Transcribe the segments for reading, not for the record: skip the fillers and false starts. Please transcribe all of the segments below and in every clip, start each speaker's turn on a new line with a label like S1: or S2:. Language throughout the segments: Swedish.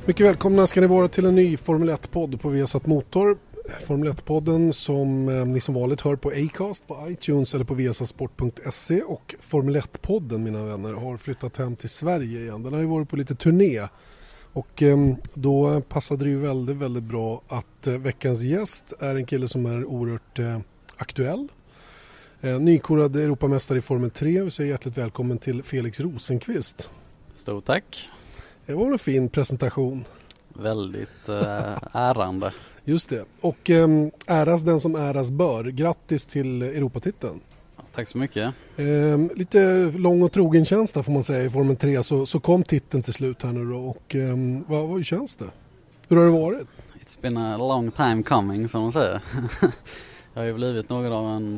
S1: Mycket välkomna ska ni vara till en ny Formel 1-podd på Viasat Motor. Formel 1-podden som ni som vanligt hör på Acast, på iTunes eller på viasatsport.se. Och Formel 1-podden, mina vänner, har flyttat hem till Sverige igen. Den har ju varit på lite turné. Och då passade det ju väldigt, väldigt bra att veckans gäst är en kille som är oerhört aktuell. Nykorad Europamästare i Formel 3. Vi säger hjärtligt välkommen till Felix Rosenqvist.
S2: Stort tack.
S1: Det var en fin presentation.
S2: Väldigt ärande.
S1: Just det. Och äras den som äras bör. Grattis till Europatiteln.
S2: Tack så mycket.
S1: Lite lång och trogen känsla får man säga i Formel 3. Så kom titeln till slut här nu då. Och hur känns det? Hur har det varit?
S2: It's been a long time coming, som man säger. Jag har ju blivit någon av en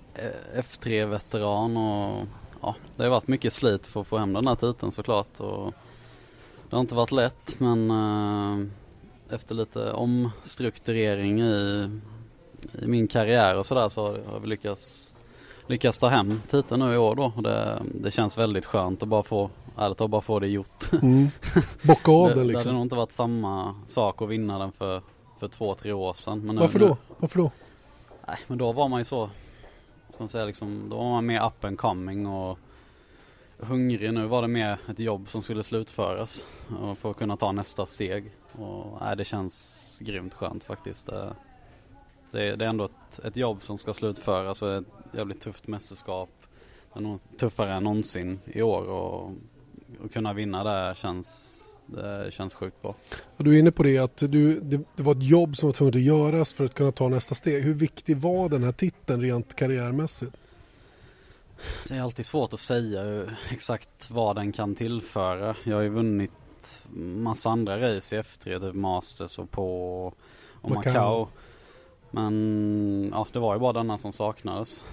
S2: F3-veteran och ja, det har varit mycket slit för att få hem den här titeln såklart. Och det har inte varit lätt, men efter lite omstrukturering i min karriär och sådär så har vi lyckats ta hem titeln nu i år då. Och det känns väldigt skönt att bara få det gjort.
S1: Bocka av den liksom.
S2: Det hade nog inte varit samma sak att vinna den för 2-3 år sedan. Men
S1: Varför då?
S2: Nej, men då var man ju så, som säger liksom, då var man mer up and coming och hungrig. Nu var det mer ett jobb som skulle slutföras och för att kunna ta nästa steg. Och det känns grymt skönt faktiskt. Det är ändå ett jobb som ska slutföras och det är ett jävligt tufft mästerskap. Det är nog tuffare än någonsin i år och kunna vinna det känns sjukt bra.
S1: Och du är inne på det att det var ett jobb som var tvunget att göras för att kunna ta nästa steg. Hur viktig var den här titeln rent karriärmässigt?
S2: Det är alltid svårt att säga exakt vad den kan tillföra. Jag har ju vunnit massa andra race i F3, typ Masters och Macau. Men ja, det var ju bara denna som saknades.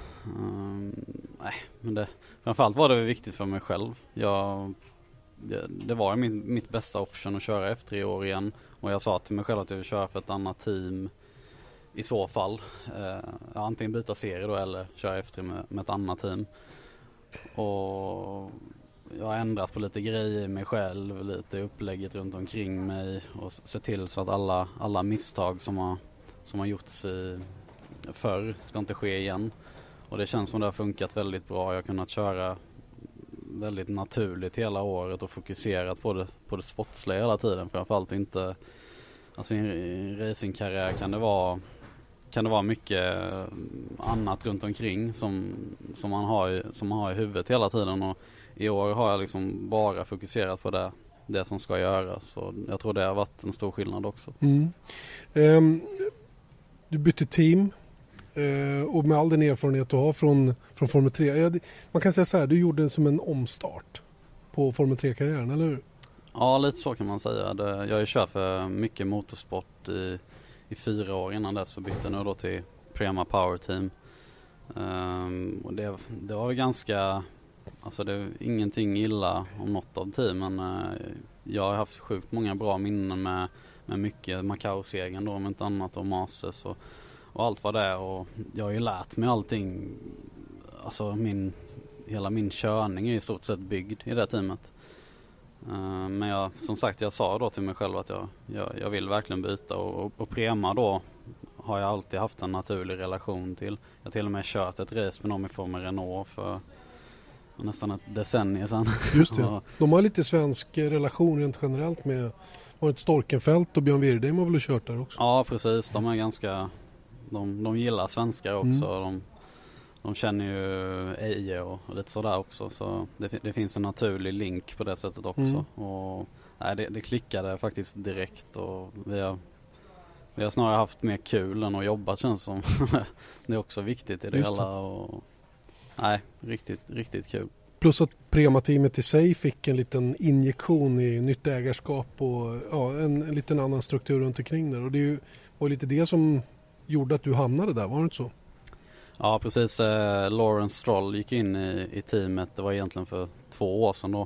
S2: Men framförallt var det viktigt för mig själv. Det var mitt bästa option att köra F3 år igen. Och jag sa till mig själv att jag vill köra för ett annat team i så fall. Antingen byta serie då eller köra F3 med ett annat team. Och jag har ändrat på lite grejer i mig själv, lite upplägget runt omkring mig och se till så att alla misstag som har gjorts förr ska inte ske igen. Och det känns som det har funkat väldigt bra. Jag har kunnat köra väldigt naturligt hela året och fokuserat på det sportsliga hela tiden. Framförallt inte, alltså i en racingkarriär kan det vara mycket annat runt omkring som man har i huvudet hela tiden. Och i år har jag liksom bara fokuserat på det som ska göras. Och jag tror det har varit en stor skillnad också.
S1: Du bytte team och med all den erfarenhet du har från Formel 3. Man kan säga så här, du gjorde det som en omstart på Formel 3-karriären, eller hur? Ja,
S2: lite så kan man säga. Jag har ju kört för mycket motorsport i 4 år innan dess så bytte jag då till Prema Power Team. Och det var ganska, alltså det är ingenting illa om något av teamen. Jag har haft sjukt många bra minnen med mycket Macau-segern då, om inte annat, och Masters och allt vad det är. Och jag har ju lärt mig allting. Alltså hela min körning är i stort sett byggd i det teamet. Men jag sa då till mig själv att jag vill verkligen byta och Prema då har jag alltid haft en naturlig relation till. Jag har till och med kört ett race med dem i Formel Renault för nästan ett decennium sedan.
S1: Just det. De har lite svensk relation rent generellt med Storkenfeldt och Björn Wirdheim har väl kört där också?
S2: Ja, precis. De är ganska, de gillar svenskar också. De känner ju Eje och lite sådär också. Så det finns en naturlig link på det sättet också. Och det klickade faktiskt direkt. Och vi har snarare haft mer kul än att jobba, känns som. Det är också viktigt i det hela. Och, riktigt, riktigt kul.
S1: Plus att Prema-teamet i sig fick en liten injektion i nytt ägarskap och en liten annan struktur runt omkring där. Och det var lite det som gjorde att du hamnade där, var det inte så?
S2: Ja, precis. Lawrence Stroll gick in i teamet. Det var egentligen för 2 år sedan då.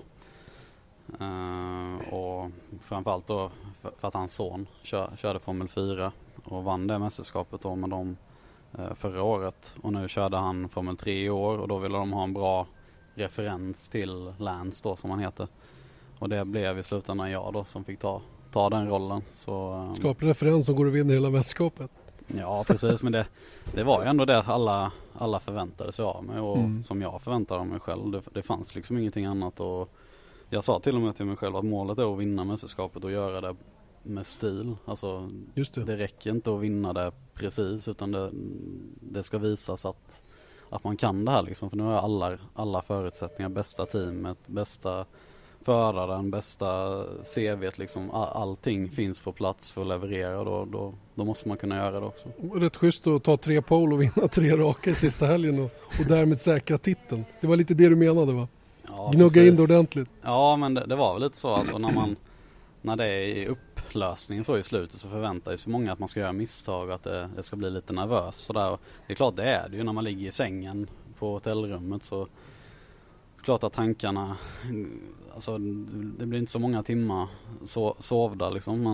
S2: Och framförallt då för att hans son körde Formel 4 och vann det mästerskapet då med dem förra året. Och nu körde han Formel 3 i år och då ville de ha en bra referens till Lance då, som han heter. Och det blev i slutändan jag då som fick ta ta den rollen. Så,
S1: skapar referens som går och vinner hela mästerskapet.
S2: Ja, precis. Men det var ju ändå det alla förväntade sig av mig och som jag förväntade av mig själv. Det fanns liksom ingenting annat. Och jag sa till och med till mig själv att målet är att vinna mästerskapet och göra det med stil. Alltså, det räcker inte att vinna det precis, utan det ska visas att man kan det här liksom. För nu har alla förutsättningar, bästa teamet, bästa föraren, bästa CV:t liksom, allting finns på plats för att leverera och då måste man kunna göra det också.
S1: Rätt schysst att ta 3 pole och vinna 3 raka i sista helgen och därmed säkra titeln. Det var lite det du menade, va?
S2: Ja,
S1: gnugga
S2: precis.
S1: in det ordentligt.
S2: Ja, men det var väl lite så alltså, när det är i upplösningen så i slutet så förväntar sig många att man ska göra misstag och att det ska bli lite nervös sådär. Det är klart det är det ju när man ligger i sängen på hotellrummet, så klart att tankarna, alltså det blir inte så många timmar sovda liksom,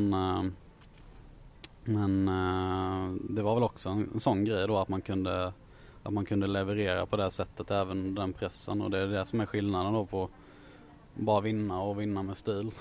S2: men det var väl också en sån grej då att man kunde leverera på det sättet även den pressen, och det är det som är skillnaden då på bara vinna och vinna med stil.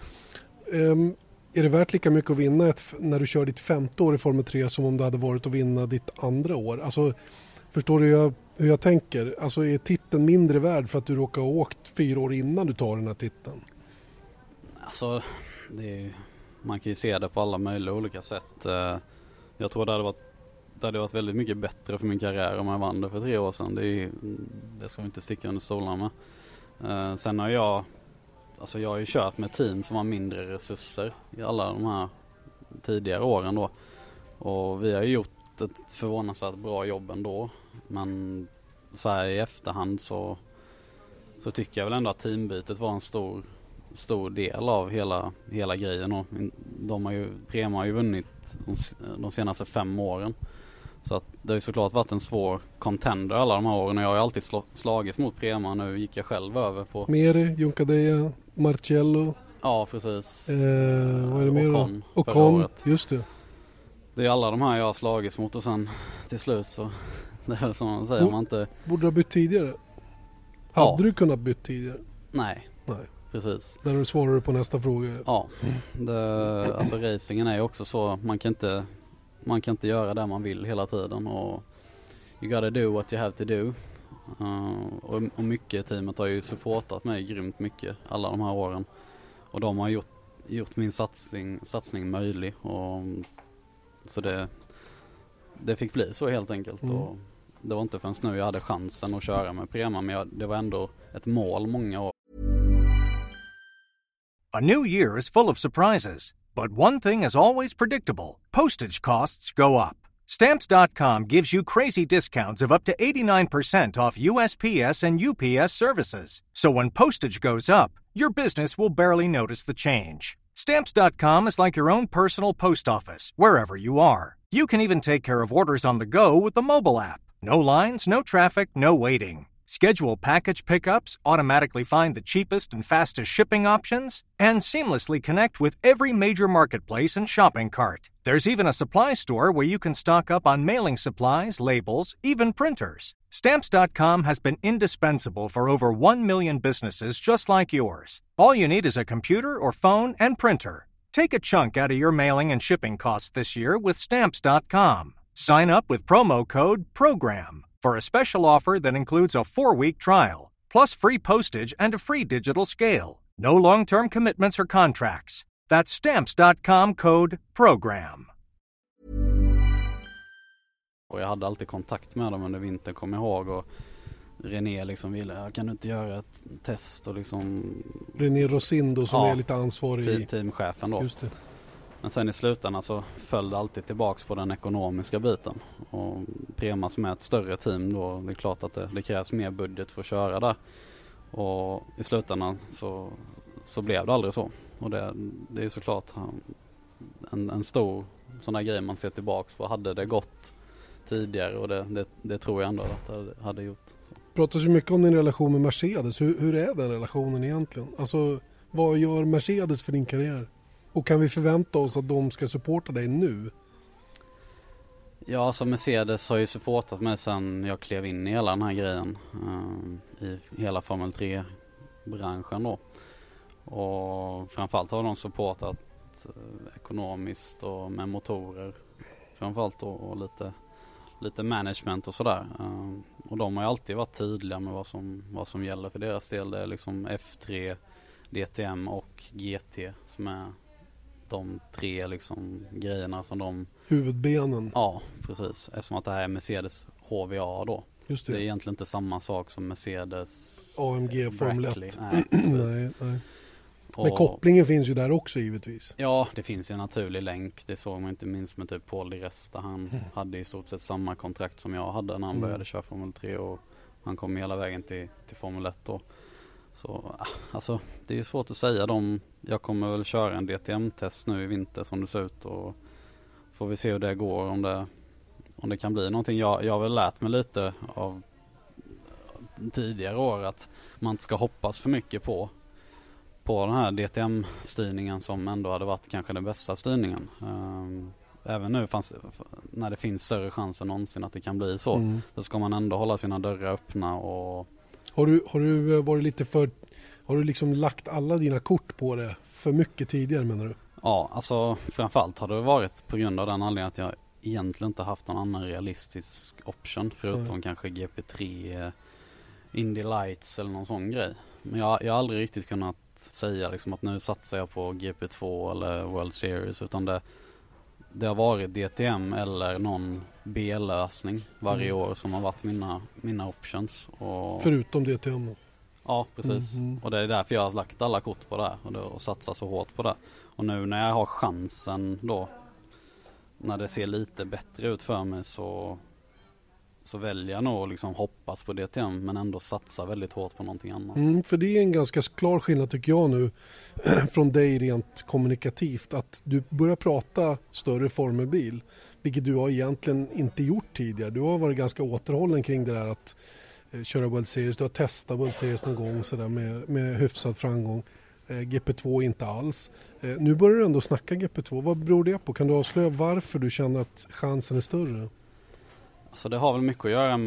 S1: Är det värt lika mycket att vinna när du kör ditt 5:e år i Formel 3 som om det hade varit att vinna ditt andra år? Alltså, förstår du hur jag tänker? Alltså, är titeln mindre värd för att du råkar ha åkt 4 år innan du tar den här titeln?
S2: Alltså, man kan ju se det på alla möjliga olika sätt. Jag tror det hade varit väldigt mycket bättre för min karriär om jag vann det för 3 år sedan. Det ska vi inte sticka under stolarna med. Sen har jag har ju kört med team som har mindre resurser i alla de här tidigare åren då. Och vi har ju gjort ett förvånansvärt bra jobb ändå. Men så här i efterhand så tycker jag väl ändå att teambytet var en stor del av hela grejen. Och Prema har ju vunnit de senaste 5 åren. Så att det har ju såklart varit en svår contender alla de här åren. Jag har ju alltid slagits mot Prema. Nu gick jag själv över på
S1: Meri, Junkadeja, Marcello.
S2: Ja, precis.
S1: Vad är det mer då?
S2: Ocon,
S1: just det.
S2: Det är alla de här jag har slagits mot och sen till slut så det är som man säger, man inte...
S1: Borde du ha bytt tidigare? Hade du kunnat bytt tidigare?
S2: Nej. Precis.
S1: Där svarar du på nästa fråga.
S2: Ja, alltså racingen är ju också så, man kan inte göra det man vill hela tiden, och you gotta do what you have to do. Och mycket teamet har ju supportat mig grymt mycket alla de här åren, och de har gjort min satsning möjlig, och så det fick bli så helt enkelt. Och det var inte förrän nu jag hade chansen att köra med Prema, men det var ändå ett mål många år.
S3: A new year is full of surprises, but one thing is always predictable. Postage costs go up. Stamps.com gives you crazy discounts of up to 89% off USPS and UPS services. So when postage goes up, your business will barely notice the change. Stamps.com is like your own personal post office, wherever you are. You can even take care of orders on the go with the mobile app. No lines, no traffic, no waiting. Schedule package pickups, automatically find the cheapest and fastest shipping options, and seamlessly connect with every major marketplace and shopping cart. There's even a supply store where you can stock up on mailing supplies, labels, even printers. Stamps.com has been indispensable for over 1 million businesses just like yours. All you need is a computer or phone and printer. Take a chunk out of your mailing and shipping costs this year with Stamps.com. Sign up with promo code PROGRAM for a special offer that includes a 4-week trial, plus free postage and a free digital scale. No long-term commitments or contracts. That's Stamps.com, code PROGRAM.
S2: Och jag hade alltid kontakt med dem under vintern, kom jag ihåg, och René liksom ville, kan du inte göra ett test, och liksom...
S1: René Rosindo som är lite ansvarig
S2: teamchefen då.
S1: Just det.
S2: Men sen i slutändan så föll det alltid tillbaks på den ekonomiska biten. Och Prema som är ett större team då, det är klart att det krävs mer budget för att köra där. Och i slutändan så blev det aldrig så. Och det är såklart en stor sån där grej man ser tillbaks på. Hade det gått tidigare, och det tror jag ändå att det hade gjort.
S1: Pratas ju mycket om din relation med Mercedes. Hur är den relationen egentligen? Alltså, vad gör Mercedes för din karriär? Och kan vi förvänta oss att de ska supporta dig nu?
S2: Ja, alltså Mercedes har ju supportat mig sedan jag klev in i hela den här grejen. I hela Formel 3-branschen då. Och framförallt har de supportat rent ekonomiskt och med motorer framförallt och lite management och sådär. Och de har ju alltid varit tydliga med vad som gäller för deras del. Det är liksom F3, DTM och GT som är de 3 liksom grejerna som de...
S1: Huvudbenen.
S2: Ja, precis. Eftersom att det här är Mercedes HVA då.
S1: Just det.
S2: Det är egentligen inte samma sak som Mercedes
S1: AMG Formel 1.
S2: Nej,
S1: nej. Men kopplingen finns ju där också givetvis.
S2: Ja, det finns ju en naturlig länk. Det såg man inte minst med typ Paul Di Resta. Han hade i stort sett samma kontrakt som jag hade när han började köra Formel 3 och han kom hela vägen till Formel 1 då. Så alltså det är ju svårt att säga. Jag kommer väl köra en DTM-test nu i vinter som det ser ut och får vi se hur det går om det kan bli någonting. Jag har väl lärt mig lite av tidigare år att man inte ska hoppas för mycket på den här DTM-styrningen som ändå hade varit kanske den bästa styrningen. Även nu när det finns större chans än någonsin att det kan bli så. Då ska man ändå hålla sina dörrar öppna och...
S1: Har du varit lite för... Har du liksom lagt alla dina kort på det för mycket tidigare menar du?
S2: Ja, alltså framförallt har det varit på grund av den anledningen att jag egentligen inte haft någon annan realistisk option förutom kanske GP3, Indy Lights eller någon sån grej. Men jag har aldrig riktigt kunnat säga liksom att nu satsar jag på GP2 eller World Series utan det har varit DTM eller någon B-lösning varje år som har varit mina options.
S1: Förutom DTM då?
S2: Ja, precis. Och det är därför jag har lagt alla kort på det och satsat så hårt på det. Och nu när jag har chansen då, när det ser lite bättre ut för mig så väljer jag nog liksom hoppas på DTM men ändå satsa väldigt hårt på någonting annat.
S1: För det är en ganska klar skillnad tycker jag nu från dig rent kommunikativt att du börjar prata större formelbil vilket du har egentligen inte gjort tidigare. Du har varit ganska återhållen kring det där att köra World Series. Du har testat World Series någon gång så där med hyfsad framgång. GP2 inte alls. Nu börjar du ändå snacka GP2. Vad beror det på? Kan du avslöja varför du känner att chansen är större?
S2: Alltså det har väl mycket att göra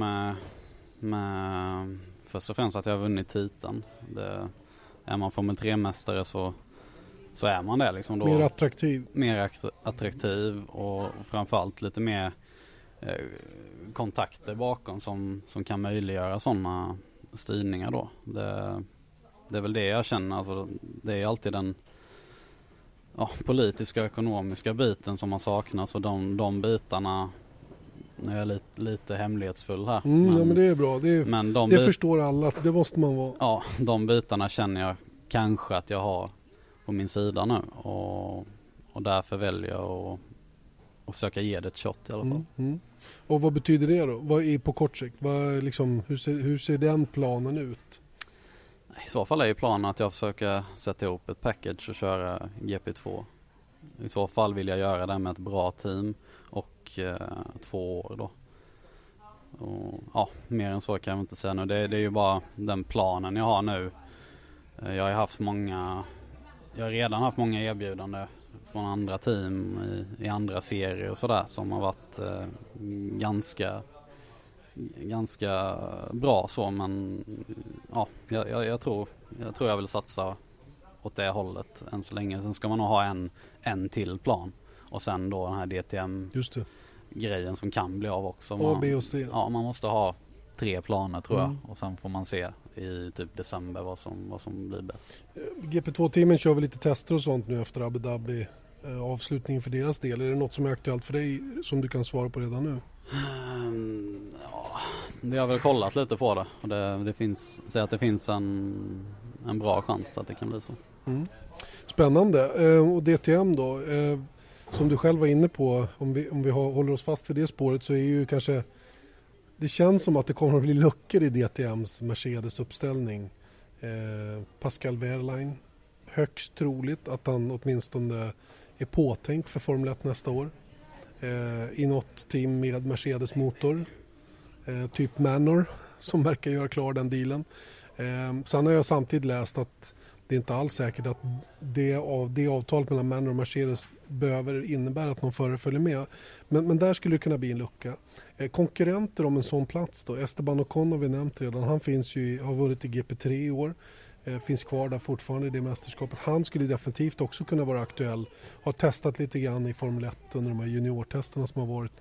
S2: med först och främst att jag har vunnit titeln. Är man Formel 3-mästare så är man det liksom då.
S1: Mer attraktiv.
S2: Mer attraktiv och framförallt lite mer kontakter bakom som kan möjliggöra sådana styrningar då. Det är väl det jag känner. Alltså, det är alltid den politiska och ekonomiska biten som man saknar. Så de bitarna, nu är jag lite hemlighetsfull här.
S1: Men det är bra. Det förstår alla. Det måste man vara.
S2: Ja, de bitarna känner jag kanske att jag har på min sida nu. Och därför väljer jag att försöka ge det ett shot i alla fall.
S1: Och vad betyder det då? Vad är på kort sikt? Hur ser den planen ut?
S2: I så fall är ju planen att jag försöker sätta ihop ett package och köra GP2. I så fall vill jag göra det med ett bra team och 2 år då. Och, mer än så kan jag inte säga nu. Det är ju bara den planen jag har nu. Jag har redan haft många erbjudanden från andra team i andra serier och sådär som har varit ganska bra så, men jag tror jag vill satsa åt det hållet än så länge. Sen ska man nog ha en till plan och sen då den här DTM grejen som kan bli av också.
S1: A, B och C.
S2: Ja, man måste ha 3 planer tror jag och sen får man se i typ december vad som blir bäst.
S1: GP2-teamen kör väl lite tester och sånt nu efter Abu Dhabi avslutningen för deras del. Är det något som är aktuellt för dig som du kan svara på redan nu?
S2: Vi har väl kollat lite på det och det finns en bra chans att det kan bli så.
S1: Spännande. Och DTM då, som du själv var inne på, om vi håller oss fast vid det spåret så är ju kanske, det känns som att det kommer att bli luckor i DTMs Mercedes-uppställning. Pascal Wehrlein, högst troligt att han åtminstone är påtänkt för Formel 1 nästa år. I något team med Mercedes-motor. Typ Manor som verkar göra klar den dealen. Sen har jag samtidigt läst att det är inte alls säkert att det avtalet mellan Manor och Mercedes behöver innebära att någon förare följer med. Men där skulle det kunna bli en lucka. Konkurrenter om en sån plats då. Esteban Ocon har vi nämnt redan. Han finns ju, har varit i GP3 i år. finns kvar där fortfarande i det mästerskapet. Han skulle definitivt också kunna vara aktuell. Har testat lite grann i Formel 1 under de här juniortesterna som har varit.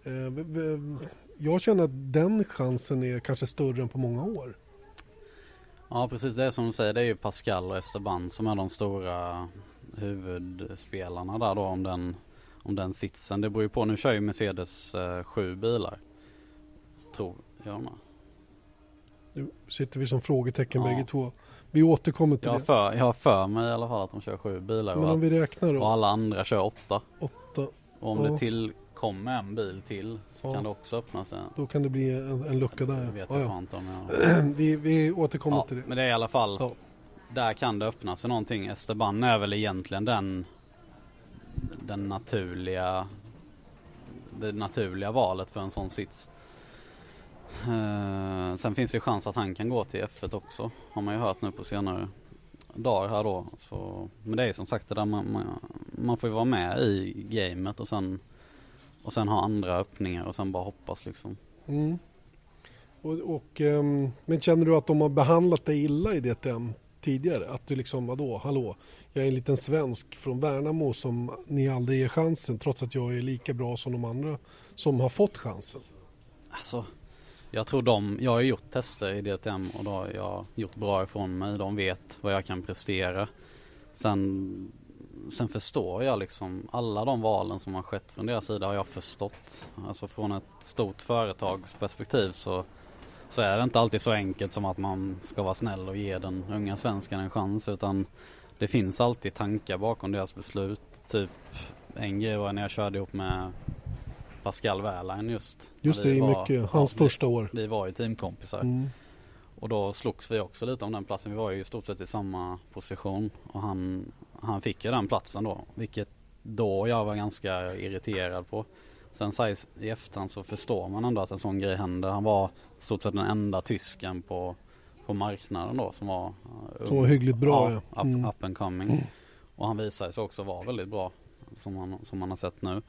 S1: Jag känner att den chansen är kanske större än på många år.
S2: Ja, precis, det är som du säger, det är ju Pascal och Esteban som är de stora huvudspelarna där då om den sitsen. Det beror ju på, nu kör ju Mercedes 7 bilar. Tror jag med.
S1: Nu sitter vi som frågetecken bägge två. Vi återkommer till det.
S2: Jag har för mig i alla fall att de kör 7 bilar.
S1: Men om vi räknar då?
S2: Och alla andra kör 8.
S1: 8.
S2: Och om det tillkommer en bil till så kan det också öppna sig.
S1: Då kan det bli en lucka där.
S2: Jag vet fan inte om jag...
S1: vi återkommer till det.
S2: Men det är i alla fall, där kan det öppna sig någonting. Esteban är väl egentligen det naturliga valet för en sån sits. Sen finns det chans att han kan gå till F1 också, har man ju hört nu på senare dagar här då. Så, men det är som sagt det där man får ju vara med i gamet och sen ha andra öppningar och sen bara hoppas liksom.
S1: Mm. Men känner du att de har behandlat dig illa i DTM tidigare? Att du liksom, hallå, jag är en liten svensk från Värnamo som ni aldrig ger chansen trots att jag är lika bra som de andra som har fått chansen.
S2: Alltså, jag tror jag har gjort tester i DTM och då har jag gjort bra ifrån mig. De vet vad jag kan prestera. Sen förstår jag liksom alla de valen som har skett från deras sida har jag förstått. Alltså från ett stort företagsperspektiv så är det inte alltid så enkelt som att man ska vara snäll och ge den unga svenskan en chans, utan det finns alltid tankar bakom deras beslut. Typ en grej var när jag körde ihop med Pascal Wehrlein just
S1: det är mycket hans första år.
S2: Vi var ju teamkompisar. Och då slogs vi också lite om den platsen. Vi var ju i stort sett i samma position och han fick ju den platsen då, vilket då jag var ganska irriterad på. Sen i efterhand så förstår man ändå att en sån grej händer. Han var i stort sett den enda tysken på marknaden då som var
S1: hyggligt bra.
S2: Up and coming. Och han visade sig också vara väldigt bra som man har sett nu.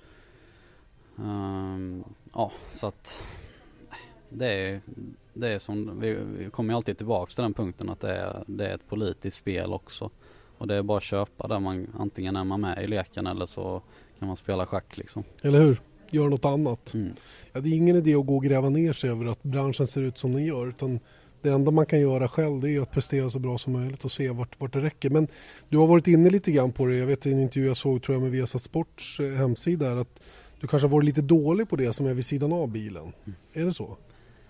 S2: Så att det är som vi kommer alltid tillbaka till den punkten att det är ett politiskt spel också. Och det är bara att köpa där man antingen är man med i leken eller så kan man spela schack liksom.
S1: Eller hur? Gör något annat. Ja, det är ingen idé att gå och gräva ner sig över att branschen ser ut som den gör, utan det enda man kan göra själv det är att prestera så bra som möjligt och se vart det räcker. Men du har varit inne lite grann på det. Jag vet i en intervju jag såg tror jag med Viasat Sports hemsida är att du kanske har varit lite dålig på det som är vid sidan av bilen. Är det så?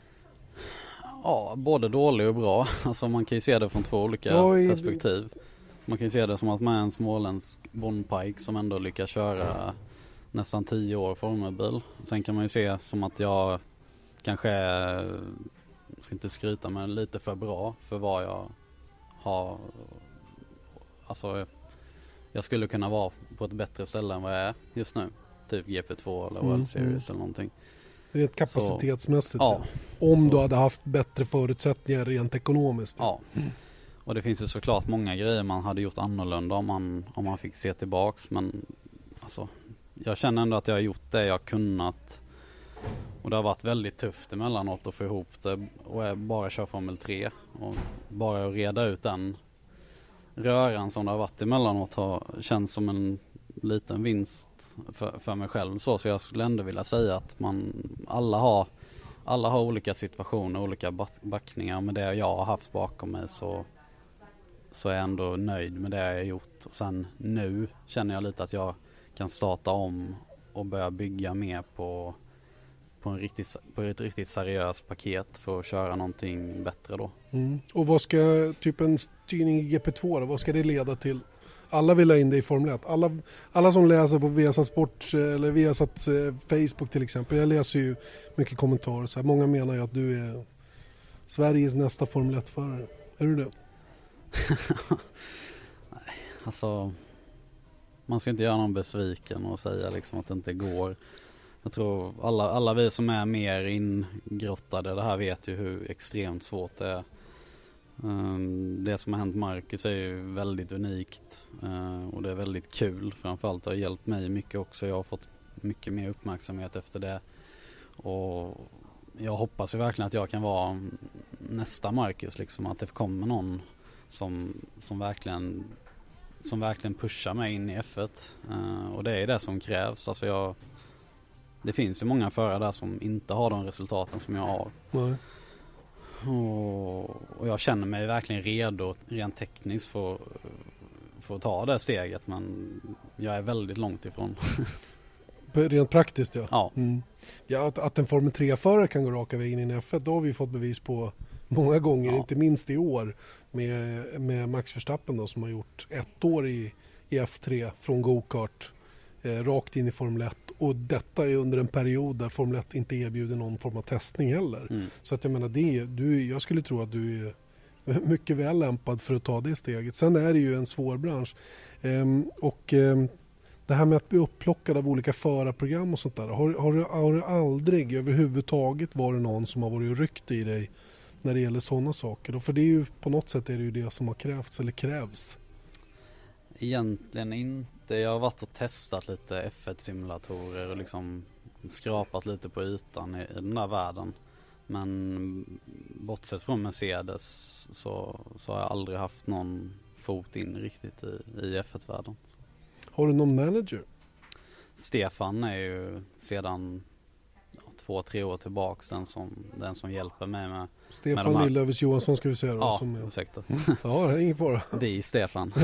S2: Ja, både dålig och bra. Alltså man kan ju se det från två olika perspektiv. Man kan ju se det som att man är en småländsk Bondpike som ändå lyckas köra nästan 10 år formelbil. Sen kan man ju se som att jag kanske ska inte skryta men lite för bra för vad jag har. Alltså jag skulle kunna vara på ett bättre ställe än vad jag är just nu. Typ GP2 eller World Series eller någonting.
S1: Rent kapacitetsmässigt.
S2: Så,
S1: om du hade haft bättre förutsättningar rent ekonomiskt.
S2: Ja. Och det finns ju såklart många grejer man hade gjort annorlunda om man fick se tillbaks. Men alltså, jag känner ändå att jag har gjort det jag kunnat. Och det har varit väldigt tufft emellanåt att få ihop det. Och bara köra Formel 3. Och bara att reda ut den röran som det har varit emellanåt har känts som en liten vinst för mig själv. Så jag skulle ändå vilja säga att alla har olika situationer, olika backningar. Med det jag har haft bakom mig så är jag ändå nöjd med det jag har gjort. Och sen nu känner jag lite att jag kan starta om och börja bygga mer på ett riktigt seriöst paket för att köra någonting bättre då.
S1: Och vad ska typ en styrning i GP2 då? Vad ska det leda till? Alla vill ha in det i Formel 1. Alla som läser på Viasat Sport eller Viasat Facebook till exempel. Jag läser ju mycket kommentarer. Så här, många menar ju att du är Sveriges nästa Formel 1-förare. Är du det?
S2: Nej, alltså man ska inte göra någon besviken och säga liksom att det inte går. Jag tror alla vi som är mer ingrottade det här vet ju hur extremt svårt det är. Det som har hänt Marcus är ju väldigt unikt och det är väldigt kul. Framförallt har det hjälpt mig mycket också. Jag har fått mycket mer uppmärksamhet efter det. Och jag hoppas ju verkligen att jag kan vara nästa Marcus liksom, att det kommer någon som verkligen pushar mig in i F1. Och det är det som krävs. Alltså det finns ju många förare där som inte har de resultaten som jag har.
S1: Nej.
S2: Och jag känner mig verkligen redo rent tekniskt för att ta det steget, men jag är väldigt långt ifrån.
S1: Rent praktiskt, ja.
S2: Ja.
S1: Ja, att en Formel 3-förare kan gå raka vägen in i F1, då har vi fått bevis på många gånger, inte minst i år med Max Verstappen då, som har gjort 1 år i F3 från go-kart rakt in i Formel 1, och detta är under en period där Formel 1 inte erbjuder någon form av testning heller. Så att jag menar, jag skulle tro att du är mycket väl lämpad för att ta det steget. Sen är det ju en svår bransch. Det här med att bli upplockad av olika förarprogram och sånt där, har du aldrig överhuvudtaget varit någon som har varit och ryckt i dig när det gäller sådana saker? För det är ju på något sätt är det ju det som har krävts eller krävs.
S2: Egentligen inte. Jag har varit och testat lite F1-simulatorer och liksom skrapat lite på ytan i den där världen. Men bortsett från Mercedes så har jag aldrig haft någon fot in riktigt i F1-världen.
S1: Har du någon manager?
S2: Stefan är ju sedan 2-3 år tillbaks den som hjälper mig med.
S1: Stefan
S2: med
S1: Lillövers Johansson ska vi säga då.
S2: Ja,
S1: som
S2: ursäkta.
S1: Ja, det är ingen fara.
S2: Det är Stefan.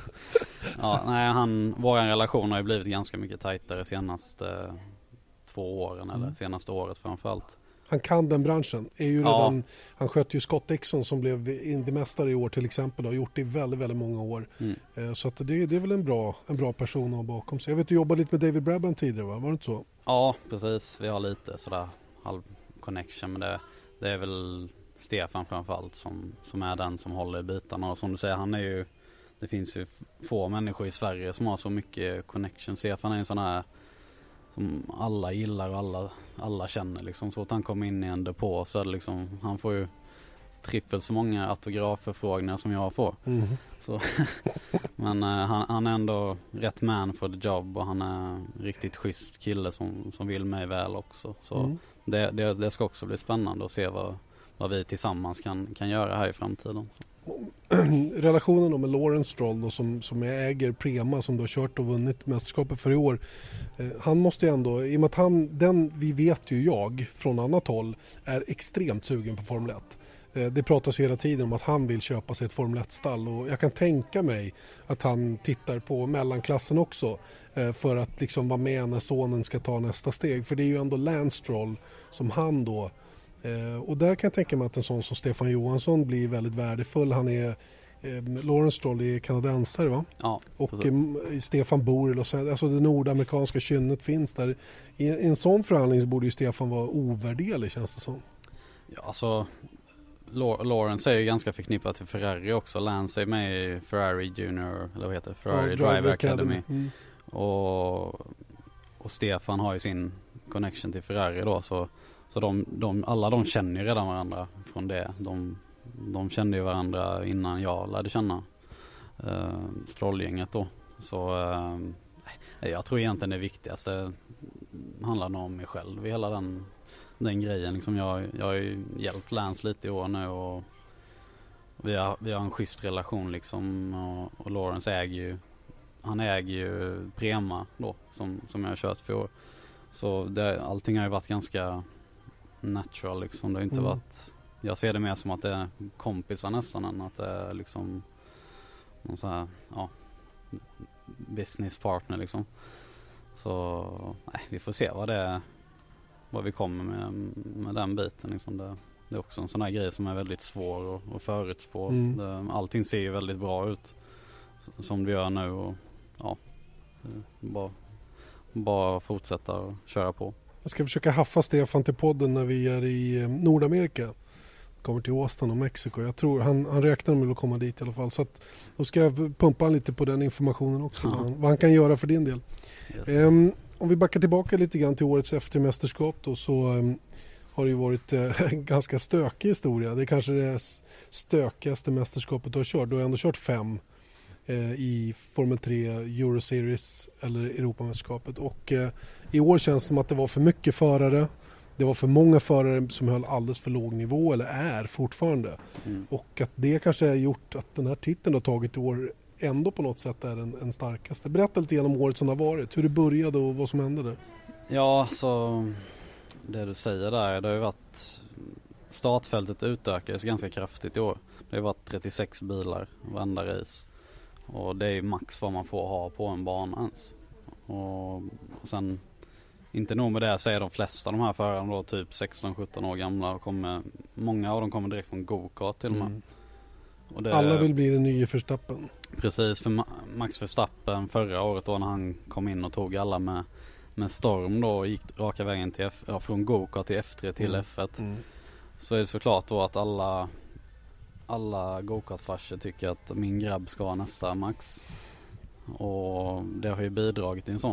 S2: Vår relation har ju blivit ganska mycket tajtare senaste 2 åren eller senaste året framförallt.
S1: Han kan den branschen. Han sköt ju Scott Dixon som blev Indymästare i år till exempel och har gjort det i väldigt, väldigt många år. Så att det är väl en bra person att ha bakom sig. Jag vet, du jobbade lite med David Brabham tidigare, va? Var det inte så? Ja,
S2: precis. Vi har lite sådär halv connection, men det är väl Stefan framförallt som är den som håller i bitarna. Och som du säger, det finns ju få människor i Sverige som har så mycket connection. Stefan är en sån här som alla gillar och alla känner liksom. Så att han kommer in i en depå så är det liksom, han får ju trippelt så många autografförfrågningar som jag får. Så, men han är ändå rätt man för the job, och han är en riktigt schysst kille som vill mig väl också. Så det ska också bli spännande att se vad vi tillsammans kan göra här i framtiden. Så.
S1: Relationen då med Lawrence Stroll då, som äger Prema, som du har kört och vunnit mästerskapet för i år. Han måste ju ändå, i och med att vi vet ju jag från annat håll är extremt sugen på Formel 1. Det pratas ju hela tiden om att han vill köpa sig ett Formel 1-stall, och jag kan tänka mig att han tittar på mellanklassen också för att liksom vara med när sonen ska ta nästa steg. För det är ju ändå Lance Stroll som han då. Och där kan jag tänka mig att en sån som Stefan Johansson blir väldigt värdefull. Han är Lawrence Stroll är kanadensare, va?
S2: Ja,
S1: och Stefan bor i Los Angeles, alltså det nordamerikanska kynnet finns där. I en sån förhandling så borde ju Stefan vara ovärderlig, känns det som.
S2: Ja, alltså Lawrence är ju ganska förknippad till Ferrari också. Lance är med i Ferrari Junior, eller vad heter det? Ferrari Driver Academy. Och Stefan har ju sin connection till Ferrari då, så alla de känner ju redan varandra från det. De kände ju varandra innan jag lärde känna Strollgänget då. Så jag tror egentligen det viktigaste handlar nog om mig själv i hela den grejen. Liksom jag har ju hjälpt Lance lite i år nu, och vi har en schysst relation liksom, och Lawrence äger ju Prema då, som jag har kört för år. Så allting har ju varit ganska natural liksom. Det har inte varit, jag ser det mer som att det är kompisar nästan, än att det är liksom någon så här, business partner liksom. Så vi får se vad vi kommer med den biten liksom. Det är också en sån här grej som är väldigt svår att förutspå. Allting ser ju väldigt bra ut som det gör nu, och bara fortsätta och köra på. Jag ska försöka haffa Stefan till podden när vi är i Nordamerika. Kommer till Austin och Mexiko. Jag tror han räknar med att komma dit i alla fall. Så att, då ska jag pumpa lite på den informationen också. Vad han kan göra för din del. Yes. Om vi backar tillbaka lite grann till årets eftermästerskap då, så har det ju varit en ganska stökig historia. Det är kanske det stökigaste mästerskapet du har kört. Du har ändå kört 5 i Formel 3, Euroseries eller Europamästerskapet, och i år känns det som att det var för mycket förare.
S1: det var för många förare som höll alldeles för låg nivå eller är fortfarande. Och att det kanske har gjort att den här titeln har tagit i år ändå på något sätt är en starkaste. Berätta lite genom året som det har varit, hur det började och vad som hände där.
S2: Ja, så det du säger där, det har ju varit startfältet utökades ganska kraftigt i år. Det har varit 36 bilar varenda race. Och det är max vad man får ha på en bana ens. Och sen, inte nog med det, så är de flesta av de här förarna då typ 16-17 år gamla. Och många av dem kommer direkt från go-kart till och med. Och
S1: Alla vill bli den nya Verstappen.
S2: Precis, för Max Verstappen förra året då när han kom in och tog alla med storm då och gick raka vägen till från go-kart till F3 till F1. Så är det såklart då att alla go-kart-farsor tycker att min grabb ska ha nästa Max. Och det har ju bidragit till en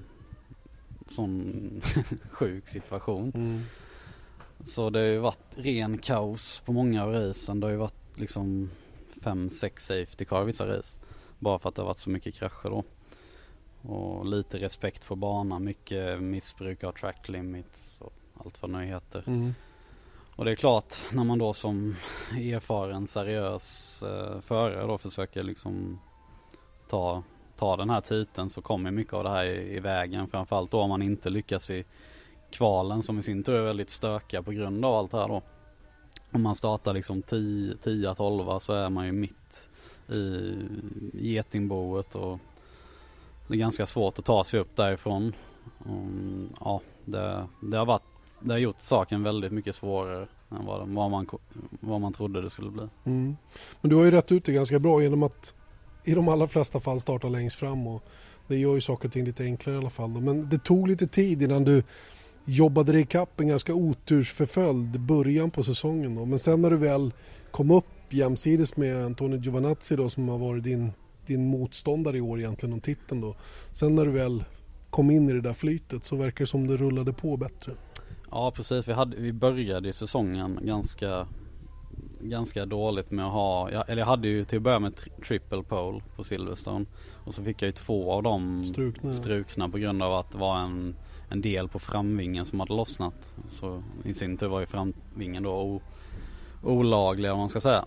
S2: sån sjuk situation. Så det har ju varit ren kaos på många av racen. Det har ju varit liksom 5-6 safety car vissa race. Bara för att det har varit så mycket krascher då. Och lite respekt på banan, mycket missbruk av track limits och allt vad det nu heter. Och det är klart, när man då som erfaren, seriös förare då försöker liksom ta den här titeln, så kommer mycket av det här i vägen. Framförallt då om man inte lyckas i kvalen, som i sin tur är väldigt stökiga på grund av allt det här då. Om man startar liksom 10-12 så är man ju mitt i getingboet och det är ganska svårt att ta sig upp därifrån. Ja, det har gjort saken väldigt mycket svårare än vad man trodde det skulle bli.
S1: Men du har ju rätt ut det ganska bra genom att i de allra flesta fall starta längst fram, och det gör ju saker och ting lite enklare i alla fall då. Men det tog lite tid innan du jobbade dig i kapp en ganska otursförföljd början på säsongen då. Men sen när du väl kom upp jämsides med Antonio Giovinazzi då, som har varit din motståndare i år egentligen om titeln då. Sen när du väl kom in i det där flytet så verkar det som det rullade på bättre.
S2: Ja, precis. Vi började i säsongen ganska dåligt med att ha, jag hade ju till att börja med triple pole på Silverstone, och så fick jag ju 2 av dem strukna på grund av att det var en del på framvingen som hade lossnat. Så i sin tur var ju framvingen då olaglig, om man ska säga.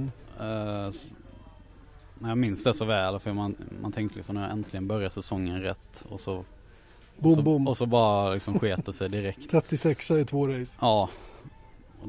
S2: Jag minns det så väl, för man tänkte liksom, när jag äntligen började säsongen rätt, och så
S1: Boom.
S2: Och så bara liksom sket sig direkt.
S1: 36 i 2 race.
S2: Ja. Och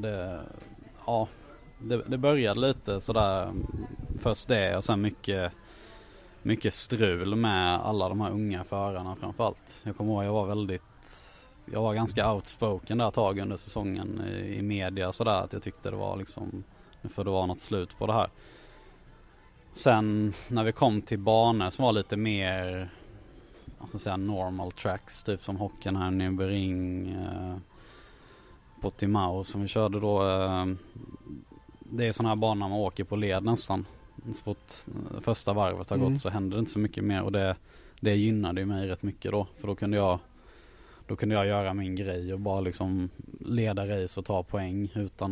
S2: det började lite sådär, först det, och sen mycket strul med alla de här unga förarna framförallt. Jag kommer ihåg, jag var ganska outspoken där ett tag under säsongen i media sådär, att jag tyckte det var liksom, nu får det vara något slut på det här. Sen när vi kom till banor som var lite mer, jag ska säga, normal tracks, typ som Hockenheim, Nürburgring, Portimao som vi körde då. Det är sådana här banor man åker på led nästan. Så fort första varvet har gått så händer det inte så mycket mer, och det gynnade ju mig rätt mycket då. För då kunde jag göra min grej och bara liksom leda race och ta poäng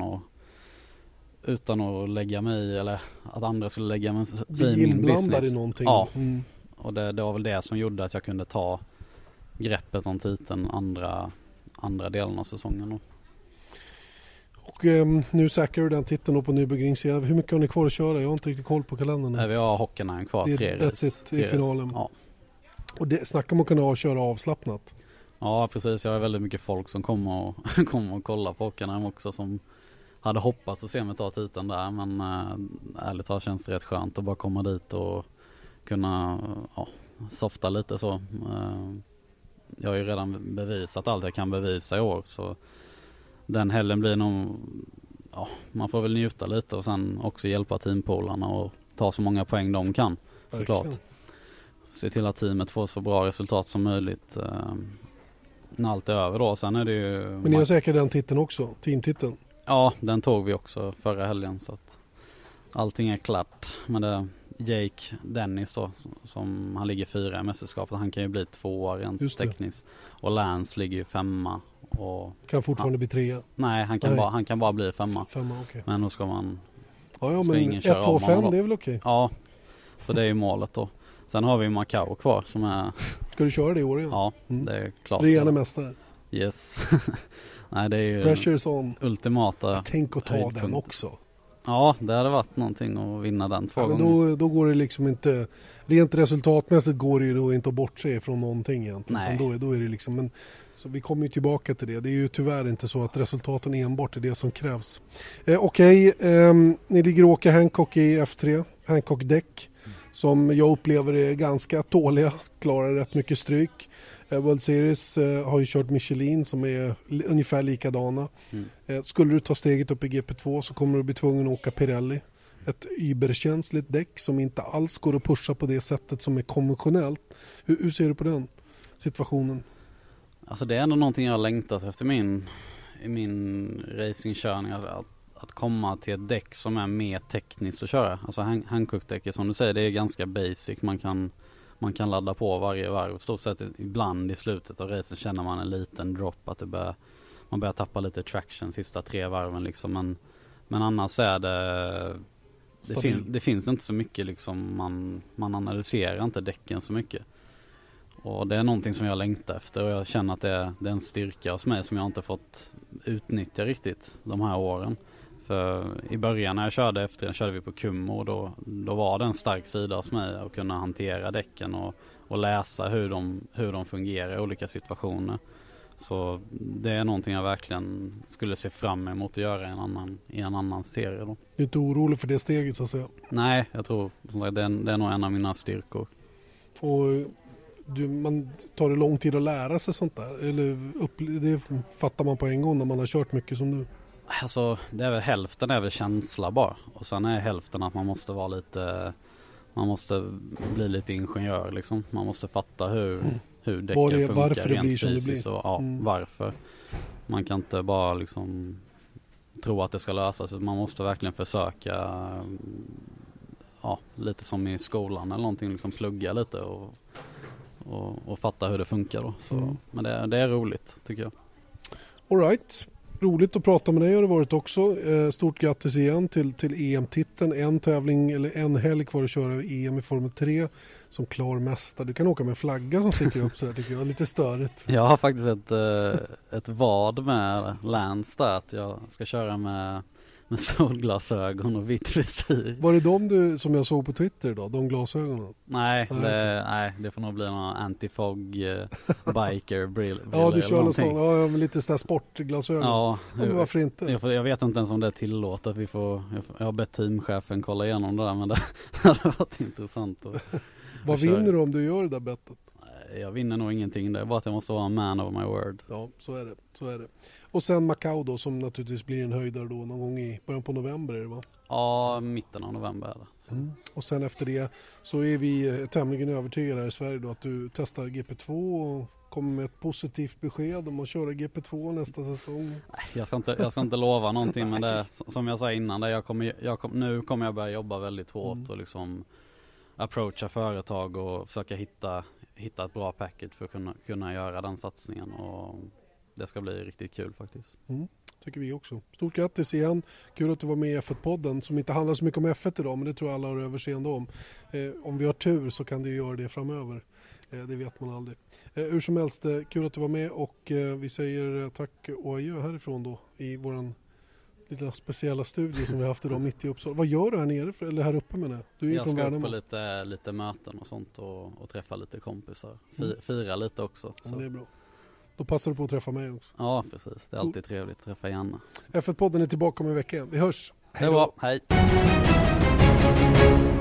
S2: utan att lägga mig i, eller att andra skulle lägga mig i min business.
S1: I någonting.
S2: Ja. Och det var väl det som gjorde att jag kunde ta greppet om titeln andra delen av säsongen då.
S1: Och nu säkrar du den titeln på Nürburgring. Hur mycket har ni kvar att köra? Jag har inte riktigt koll på kalendern.
S2: Vi har Hockenheim kvar, 3 race.
S1: That's it, i finalen.
S2: Ja.
S1: Och det snackar man kunna köra avslappnat.
S2: Ja, precis. Jag har väldigt mycket folk som kommer och kollar på Hockenheim också, som hade hoppats att se mig ta titeln där. Men ärligt talat känns det rätt skönt att bara komma dit och kunna softa lite så. Jag har ju redan bevisat allt jag kan bevisa i år, så den helgen blir nog, man får väl njuta lite och sen också hjälpa teampolarna och ta så många poäng de kan. Såklart. Se till att teamet får så bra resultat som möjligt när allt är över då. Sen är det ju...
S1: Men ni har säkert den titeln också, teamtiteln?
S2: Ja, den tog vi också förra helgen, så att allting är klart. Men det Jake Dennis då, som han ligger 4 i mästerskapet, han kan ju bli 2 rent tekniskt. Och Lance ligger ju 5 och
S1: kan fortfarande bli 3.
S2: Nej, han kan bara bli 5.
S1: Okay.
S2: Men då ska man
S1: men 1, 2, 5 det är väl okej.
S2: Ja. Så det är ju målet då. Sen har vi Macau kvar som är...
S1: Ska du köra det i år igen?
S2: Ja, det är klart.
S1: Regerande mästare.
S2: Yes. Nej, det är ju
S1: Pressure's on.
S2: ultimata.
S1: Tänk att ta
S2: höjdpunkt.
S1: den också.
S2: Ja, det hade varit någonting att vinna den 2
S1: Men
S2: gånger.
S1: då går det liksom inte, rent resultatmässigt går det ju då inte att bortse från någonting egentligen.
S2: Nej.
S1: Då är det liksom, men, så vi kommer ju tillbaka till det. Det är ju tyvärr inte så att resultaten enbart är det som krävs. Okej, ni ligger och åker Hancock i F3, Hancock däck. Som jag upplever är ganska tåliga, klarar rätt mycket stryk. World Series har ju kört Michelin som är ungefär likadana. Skulle du ta steget upp i GP2 så kommer du bli tvungen att åka Pirelli. Ett überkänsligt däck som inte alls går att pusha på det sättet som är konventionellt. Hur ser du på den situationen?
S2: Alltså det är ändå någonting jag har längtat efter i min racingkörning. Att komma till ett däck som är mer tekniskt att köra. Alltså Hancock-däcket som du säger, det är ganska basic. Man kan ladda på varje varv. Stort sett ibland i slutet av racen känner man en liten drop. Att man börjar tappa lite traction sista 3 varven liksom. Men annars är det finns inte så mycket liksom. Man analyserar inte däcken så mycket. Och det är någonting som jag längtar efter. Och jag känner att det är en styrka hos mig som jag inte fått utnyttja riktigt de här åren. För i början när jag körde vi på Kummo och då var det en stark sida hos mig att kunna hantera däcken och läsa hur de fungerar i olika situationer. Så det är någonting jag verkligen skulle se fram emot att göra i en annan serie då.
S1: Du är inte orolig för det steget så att säga?
S2: Nej, jag tror att det är nog en av mina styrkor.
S1: Och man tar det lång tid att lära sig sånt där? Eller det fattar man på en gång när man har kört mycket som du?
S2: Alltså det är väl hälften är väl känsla bara. Och sen är hälften att man måste bli lite ingenjör liksom. Man måste fatta hur däcken funkar
S1: varför det blir
S2: rent
S1: som det
S2: fysiskt.
S1: blir.
S2: Och, varför. Man kan inte bara liksom tro att det ska lösa sig. Man måste verkligen försöka lite som i skolan eller någonting, liksom plugga lite och fatta hur det funkar då. Så, men det är roligt tycker jag.
S1: All right. Roligt att prata med dig har det varit också. Stort grattis igen till EM-titeln. En tävling eller en helg kvar att köra EM i Formel 3 som klar mästare. Du kan åka med en flagga som sticker upp så där tycker jag. Lite störigt.
S2: Jag har faktiskt ett vad med Lance där att jag ska köra med solglasögon och vitt visir.
S1: Var det de som jag såg på Twitter idag? De glasögonen?
S2: Nej, det får nog bli någon anti-fog biker brill.
S1: Ja, du kör någon sån. Ja, med lite sådär sportglasögon.
S2: Ja,
S1: men varför inte?
S2: Jag vet inte ens om det är tillåtet. Jag har bett teamchefen kolla igenom det där, men det hade varit intressant.
S1: Vad vinner du om du gör det där bettet?
S2: Jag vinner nog ingenting. Det är bara att jag måste vara en man of my word.
S1: Ja, så är det. Och sen Macau då som naturligtvis blir en höjdare då någon gång i början på november är det va?
S2: Ja, mitten av november är det.
S1: Och sen efter det så är vi tämligen övertygade här i Sverige då att du testar GP2 och kommer med ett positivt besked om att köra GP2 nästa säsong.
S2: Jag ska inte lova någonting, men det som jag sa innan, nu kommer jag börja jobba väldigt hårt och liksom approacha företag och försöka hitta ett bra package för att kunna göra den satsningen, och det ska bli riktigt kul faktiskt.
S1: Tycker vi också. Stort grattis igen. Kul att du var med i F1-podden som inte handlar så mycket om F1 idag, men det tror jag alla har överseende om. Om vi har tur så kan det ju göra det framöver. Det vet man aldrig. Hur som helst, kul att du var med och vi säger tack och adjö härifrån då i våran lite speciella studio som vi har haft idag mitt i Uppsala. Vad gör du här nere eller här uppe med det? Du är
S2: jag
S1: från
S2: ska
S1: Värnamo.
S2: upp på lite möten och sånt och träffa lite kompisar. Fira lite också.
S1: Ja, det är bra. Då passar du på att träffa mig också.
S2: Ja, precis. Det är alltid trevligt att träffa Janne.
S1: F1-podden är tillbaka om en vecka igen. Vi hörs.
S2: Hej då. Hej.